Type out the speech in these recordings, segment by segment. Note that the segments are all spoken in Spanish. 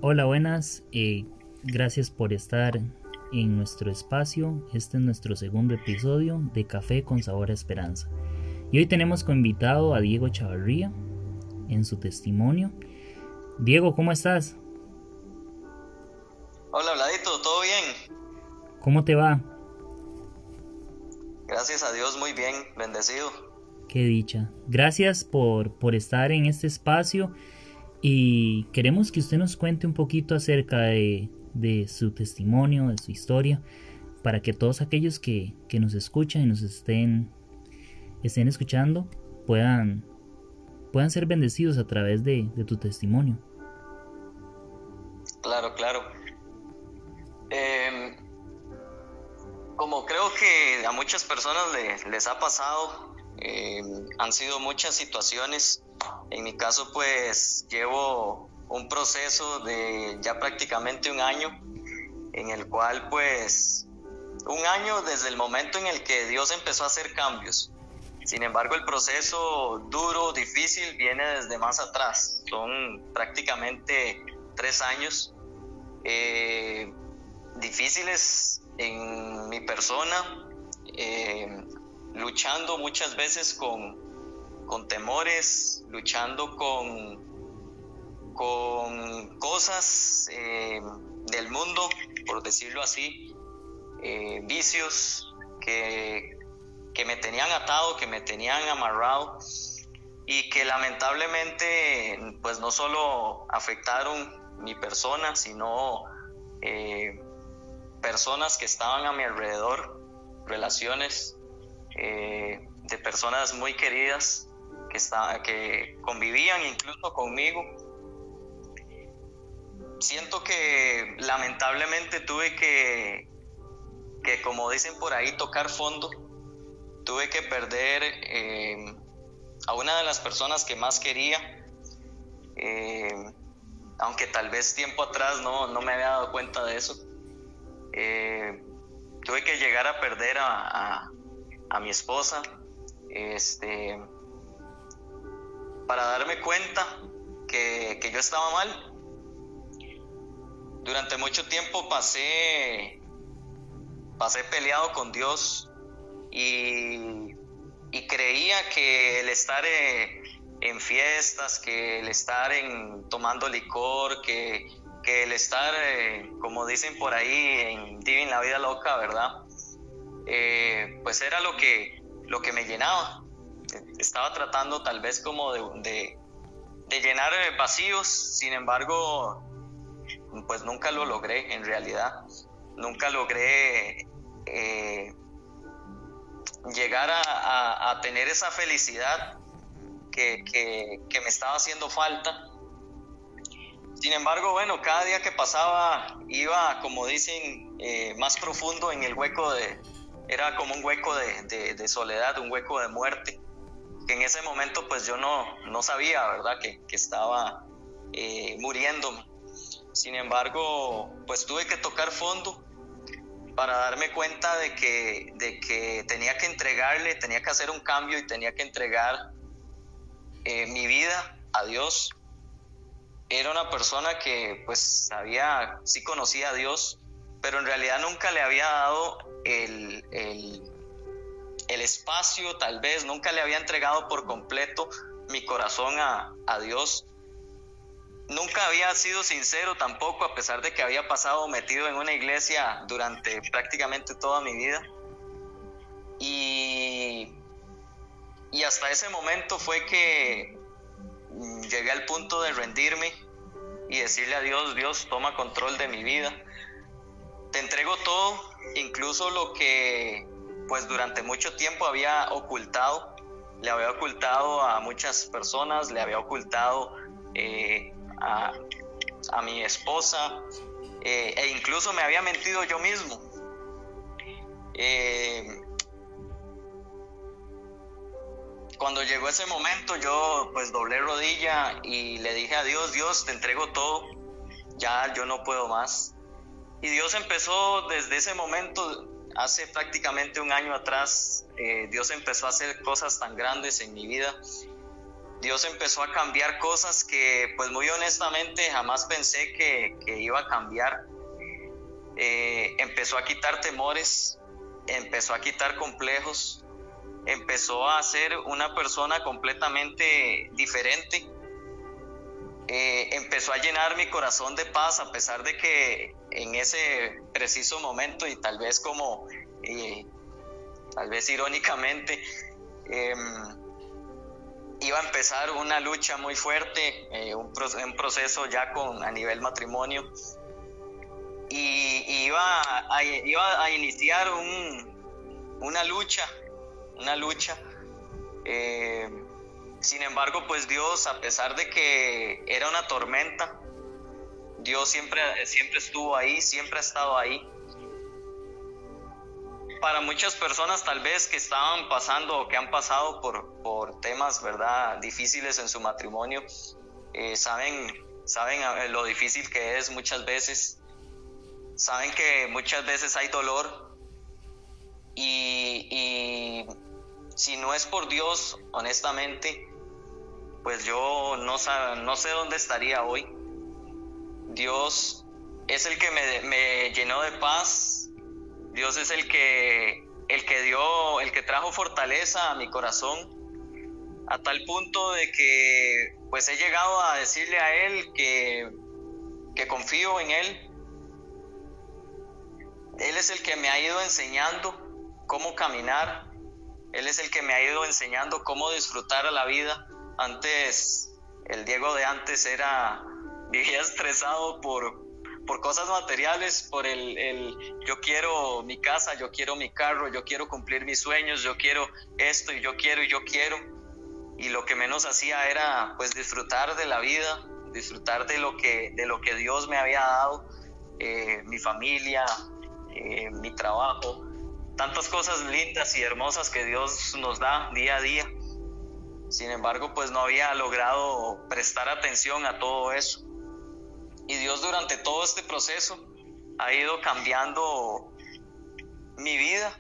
Hola, buenas. Gracias por estar en nuestro espacio. Este es nuestro segundo episodio de Café con Sabor a Esperanza. Y hoy tenemos como invitado a Diego Chavarría en su testimonio. Diego, ¿cómo estás? Hola, Vladito, ¿todo bien? ¿Cómo te va? Gracias a Dios, muy bien, bendecido. Qué dicha. Gracias por estar en este espacio y queremos que usted nos cuente un poquito acerca de su testimonio, de su historia, para que todos aquellos que nos escuchan y nos estén escuchando puedan ser bendecidos a través de tu testimonio. Claro. Como creo que a muchas personas les ha pasado, han sido muchas situaciones. En mi caso, pues llevo un proceso de ya prácticamente un año, en el cual pues un año desde el momento en el que Dios empezó a hacer cambios. Sin embargo, el proceso duro, difícil, viene desde más atrás. Son prácticamente 3 años difíciles en mi persona, luchando muchas veces con temores, luchando con cosas del mundo, por decirlo así, vicios que me tenían atado, que me tenían amarrado y que lamentablemente pues no solo afectaron mi persona, sino personas que estaban a mi alrededor, relaciones de personas muy queridas que convivían incluso conmigo. Siento que lamentablemente tuve que como dicen por ahí, tocar fondo. Tuve que perder a una de las personas que más quería, aunque tal vez tiempo atrás no me había dado cuenta de eso. Tuve que llegar a perder a mi esposa para darme cuenta que yo estaba mal. Durante mucho tiempo pasé peleado con Dios y creía que el estar en fiestas, que el estar tomando licor, que el estar, como dicen por ahí, en la vida loca, ¿verdad? Pues era lo que me llenaba. Estaba tratando tal vez como de llenar vacíos. Sin embargo, pues nunca lo logré en realidad. Nunca logré llegar a tener esa felicidad que me estaba haciendo falta. Sin embargo, bueno, cada día que pasaba iba, como dicen, más profundo en el hueco era como un hueco de soledad, un hueco de muerte, que en ese momento pues yo no sabía, ¿verdad?, que estaba muriéndome. Sin embargo, pues tuve que tocar fondo para darme cuenta de que tenía que hacer un cambio y tenía que entregar mi vida a Dios. Era una persona que pues sí conocía a Dios, pero en realidad nunca le había dado el espacio, tal vez nunca le había entregado por completo mi corazón a Dios. Nunca había sido sincero tampoco, a pesar de que había pasado metido en una iglesia durante prácticamente toda mi vida. Y hasta ese momento fue que llegué al punto de rendirme y decirle a Dios: Dios, toma control de mi vida. Te entrego todo, incluso lo que pues durante mucho tiempo había ocultado. Le había ocultado a muchas personas, le había ocultado a mi esposa, e incluso me había mentido yo mismo. Cuando llegó ese momento, yo pues doblé rodilla y le dije a Dios: Dios, te entrego todo, ya yo no puedo más. Y Dios empezó desde ese momento, hace prácticamente un año atrás, Dios empezó a hacer cosas tan grandes en mi vida. Dios empezó a cambiar cosas que pues muy honestamente jamás pensé que iba a cambiar. Empezó a quitar temores, empezó a quitar complejos, empezó a ser una persona completamente diferente. Empezó a llenar mi corazón de paz, a pesar de que en ese preciso momento, y tal vez tal vez irónicamente, iba a empezar una lucha muy fuerte, un proceso ya a nivel matrimonio, y iba a iniciar una lucha. Sin embargo, pues Dios, a pesar de que era una tormenta, Dios siempre estuvo ahí, siempre ha estado ahí. Para muchas personas tal vez que estaban pasando o que han pasado por temas, ¿verdad?, difíciles en su matrimonio, saben lo difícil que es muchas veces, saben que muchas veces hay dolor y si no es por Dios, honestamente, pues yo no sé dónde estaría hoy. Dios es el que me llenó de paz. Dios es el que trajo fortaleza a mi corazón, a tal punto de que pues he llegado a decirle a Él que confío en Él. Él es el que me ha ido enseñando cómo caminar. Él es el que me ha ido enseñando cómo disfrutar a la vida. Antes, el Diego de antes vivía estresado por cosas materiales, por yo quiero mi casa, yo quiero mi carro, yo quiero cumplir mis sueños, yo quiero esto y yo quiero. Y lo que menos hacía era pues disfrutar de la vida, disfrutar de lo que Dios me había dado, mi familia, mi trabajo, tantas cosas lindas y hermosas que Dios nos da día a día. Sin embargo, pues no había logrado prestar atención a todo eso. Y Dios durante todo este proceso ha ido cambiando mi vida.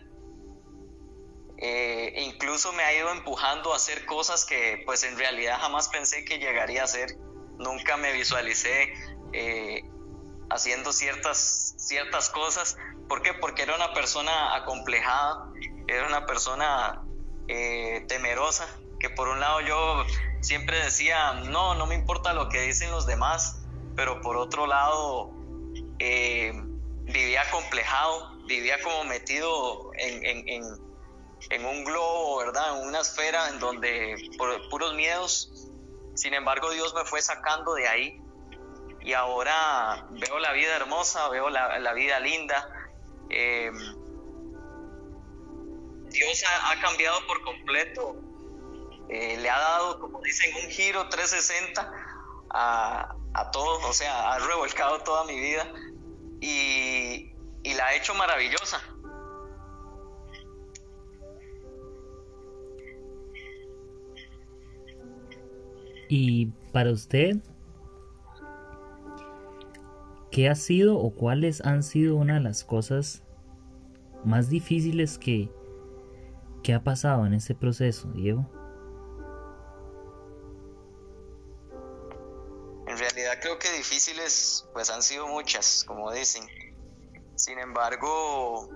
Incluso me ha ido empujando a hacer cosas que pues en realidad jamás pensé que llegaría a hacer. Nunca me visualicé haciendo ciertas cosas. ¿Por qué? Porque era una persona acomplejada, era una persona temerosa, que por un lado yo siempre decía, no me importa lo que dicen los demás, pero por otro lado vivía acomplejado, vivía como metido en un globo, ¿verdad?, en una esfera en donde por puros miedos. Sin embargo, Dios me fue sacando de ahí y ahora veo la vida hermosa, veo la vida linda. Dios ha cambiado por completo, le ha dado, como dicen, un giro 360 a todo, o sea, ha revolcado toda mi vida y la ha hecho maravillosa. Y para usted, ¿qué ha sido o cuáles han sido una de las cosas más difíciles que ha pasado en este proceso, Diego? En realidad creo que difíciles pues han sido muchas, como dicen. Sin embargo,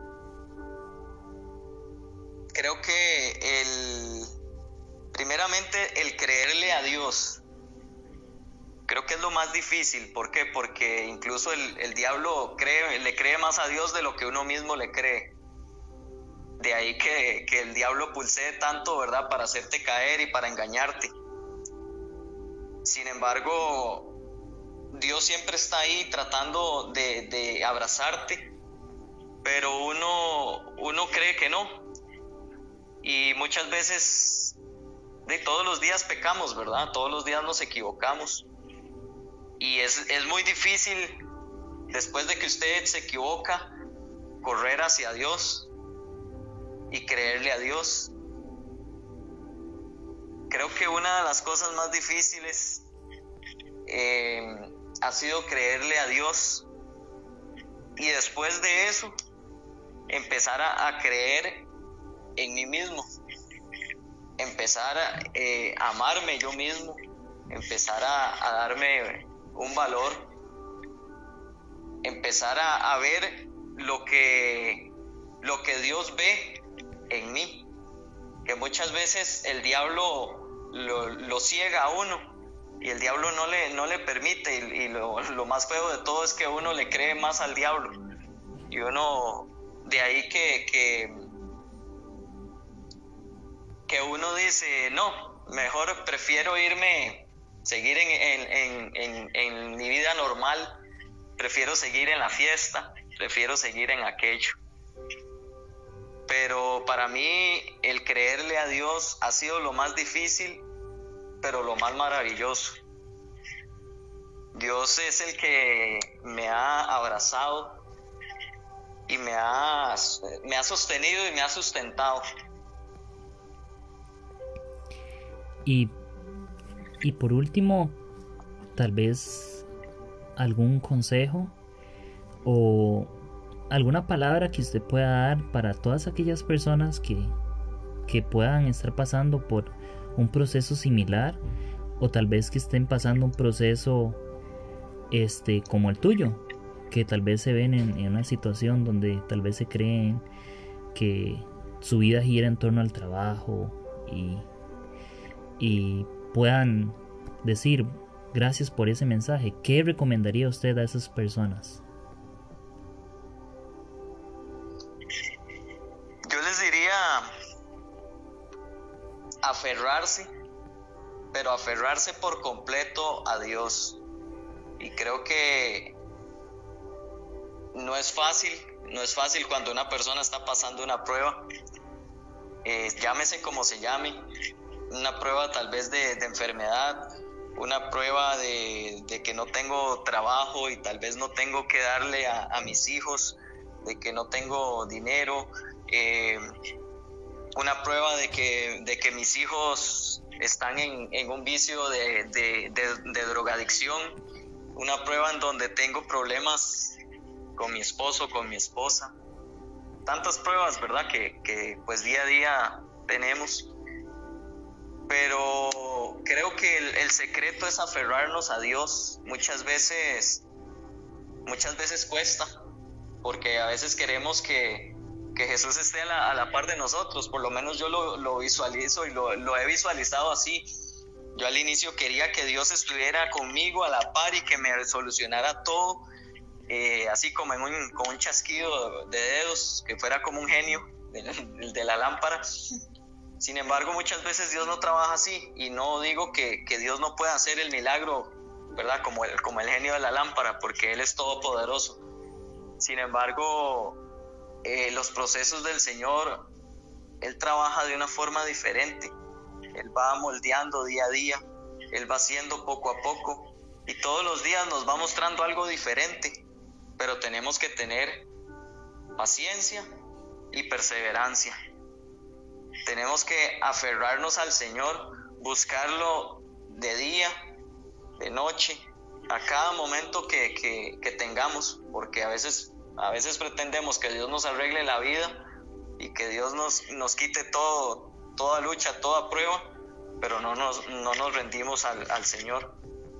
creo que primeramente el creerle a Dios, creo que es lo más difícil. ¿Por qué? Porque incluso el diablo le cree más a Dios de lo que uno mismo le cree. De ahí que el diablo pulsee tanto, ¿verdad?, para hacerte caer y para engañarte. Sin embargo, Dios siempre está ahí tratando de abrazarte, pero uno cree que no. Y muchas veces, todos los días pecamos, ¿verdad? Todos los días nos equivocamos. Y es muy difícil, después de que usted se equivoca, correr hacia Dios y creerle a Dios. Creo que una de las cosas más difíciles ha sido creerle a Dios y después de eso empezar a creer en mí mismo. empezar a amarme yo mismo, empezar a darme un valor, empezar a ver lo que Dios ve en mí, que muchas veces el diablo lo ciega a uno y el diablo no le permite, y lo más feo de todo es que uno le cree más al diablo, y uno, de ahí que uno dice, no, mejor prefiero seguir en mi vida normal, prefiero seguir en la fiesta, prefiero seguir en aquello. Pero para mí el creerle a Dios ha sido lo más difícil, pero lo más maravilloso. Dios es el que me ha abrazado y me ha sostenido y me ha sustentado. Y por último, tal vez algún consejo o alguna palabra que usted pueda dar para todas aquellas personas que puedan estar pasando por un proceso similar, o tal vez que estén pasando un proceso como el tuyo, que tal vez se ven en una situación donde tal vez se creen que su vida gira en torno al trabajo y puedan decir gracias por ese mensaje. ¿Qué recomendaría usted a esas personas? Yo les diría aferrarse, pero aferrarse por completo a Dios. Y creo que no es fácil cuando una persona está pasando una prueba, llámese como se llame, una prueba tal vez de enfermedad, una prueba de que no tengo trabajo y tal vez no tengo que darle a mis hijos, de que no tengo dinero, una prueba de que mis hijos están en un vicio de drogadicción, una prueba en donde tengo problemas con mi esposo, con mi esposa. Tantas pruebas, ¿verdad? Que pues día a día tenemos. Pero creo que el secreto es aferrarnos a Dios. Muchas veces cuesta, porque a veces queremos que Jesús esté a la par de nosotros. Por lo menos yo lo visualizo y lo he visualizado así. Yo al inicio quería que Dios estuviera conmigo a la par y que me solucionara todo, así como con un chasquido de dedos, que fuera como un genio de la lámpara. Sin embargo, muchas veces Dios no trabaja así, y no digo que Dios no pueda hacer el milagro, ¿verdad? Como el genio de la lámpara, porque Él es todopoderoso. Sin embargo, los procesos del Señor, Él trabaja de una forma diferente. Él va moldeando día a día, Él va haciendo poco a poco, y todos los días nos va mostrando algo diferente, pero tenemos que tener paciencia y perseverancia. Tenemos que aferrarnos al Señor, buscarlo de día, de noche, a cada momento que tengamos, porque a veces pretendemos que Dios nos arregle la vida y que Dios nos quite toda lucha, toda prueba, pero no nos rendimos al Señor.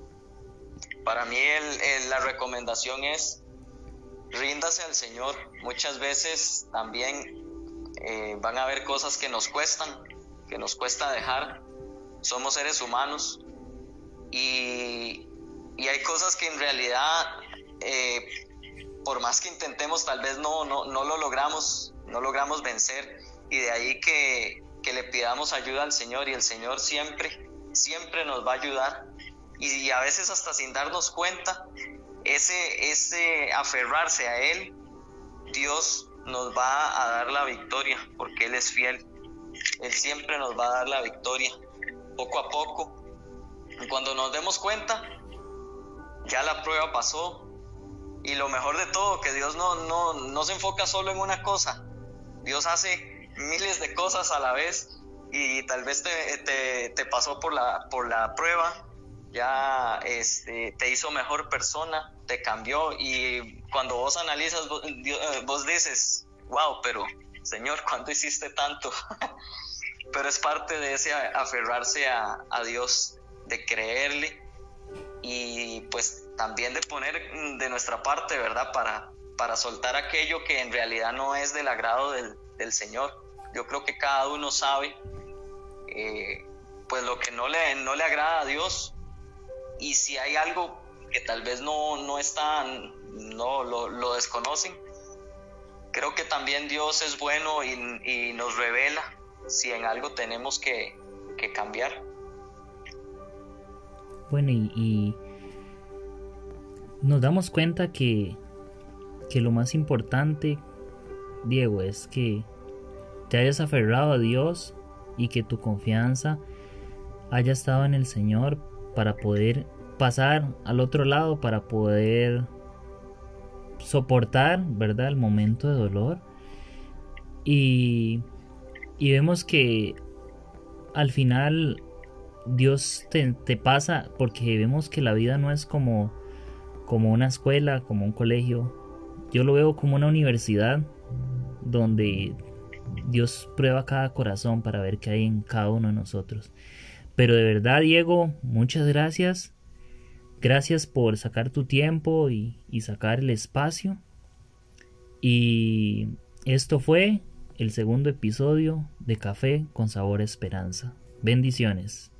Para mí la recomendación es ríndase al Señor. Muchas veces también van a haber cosas que nos cuesta dejar. Somos seres humanos y hay cosas que en realidad por más que intentemos tal vez no lo logramos vencer, y de ahí que le pidamos ayuda al Señor, y el Señor siempre nos va a ayudar, y a veces hasta sin darnos cuenta, ese aferrarse a Él, Dios nos va a dar la victoria, porque Él es fiel. Él siempre nos va a dar la victoria, poco a poco. Y cuando nos demos cuenta, ya la prueba pasó. Y lo mejor de todo, que Dios no se enfoca solo en una cosa. Dios hace miles de cosas a la vez, y tal vez te pasó por la prueba, ya te hizo mejor persona, te cambió, y cuando vos analizas, vos dices, wow, pero Señor, ¿cuándo hiciste tanto? pero es parte de ese aferrarse a Dios, de creerle y pues también de poner de nuestra parte, ¿verdad? Para soltar aquello que en realidad no es del agrado del Señor. Yo creo que cada uno sabe pues lo que no le agrada a Dios, y si hay algo que tal vez no lo desconocen, creo que también Dios es bueno y nos revela si en algo tenemos que cambiar. Bueno, y nos damos cuenta que lo más importante, Diego, es que te hayas aferrado a Dios y que tu confianza haya estado en el Señor para poder pasar al otro lado, para poder soportar, ¿verdad?, el momento de dolor. Y vemos que al final Dios te pasa, porque vemos que la vida no es como una escuela, como un colegio. Yo lo veo como una universidad donde Dios prueba cada corazón para ver qué hay en cada uno de nosotros. Pero de verdad, Diego, muchas gracias. Gracias por sacar tu tiempo y sacar el espacio. Y esto fue el segundo episodio de Café con Sabor a Esperanza. Bendiciones.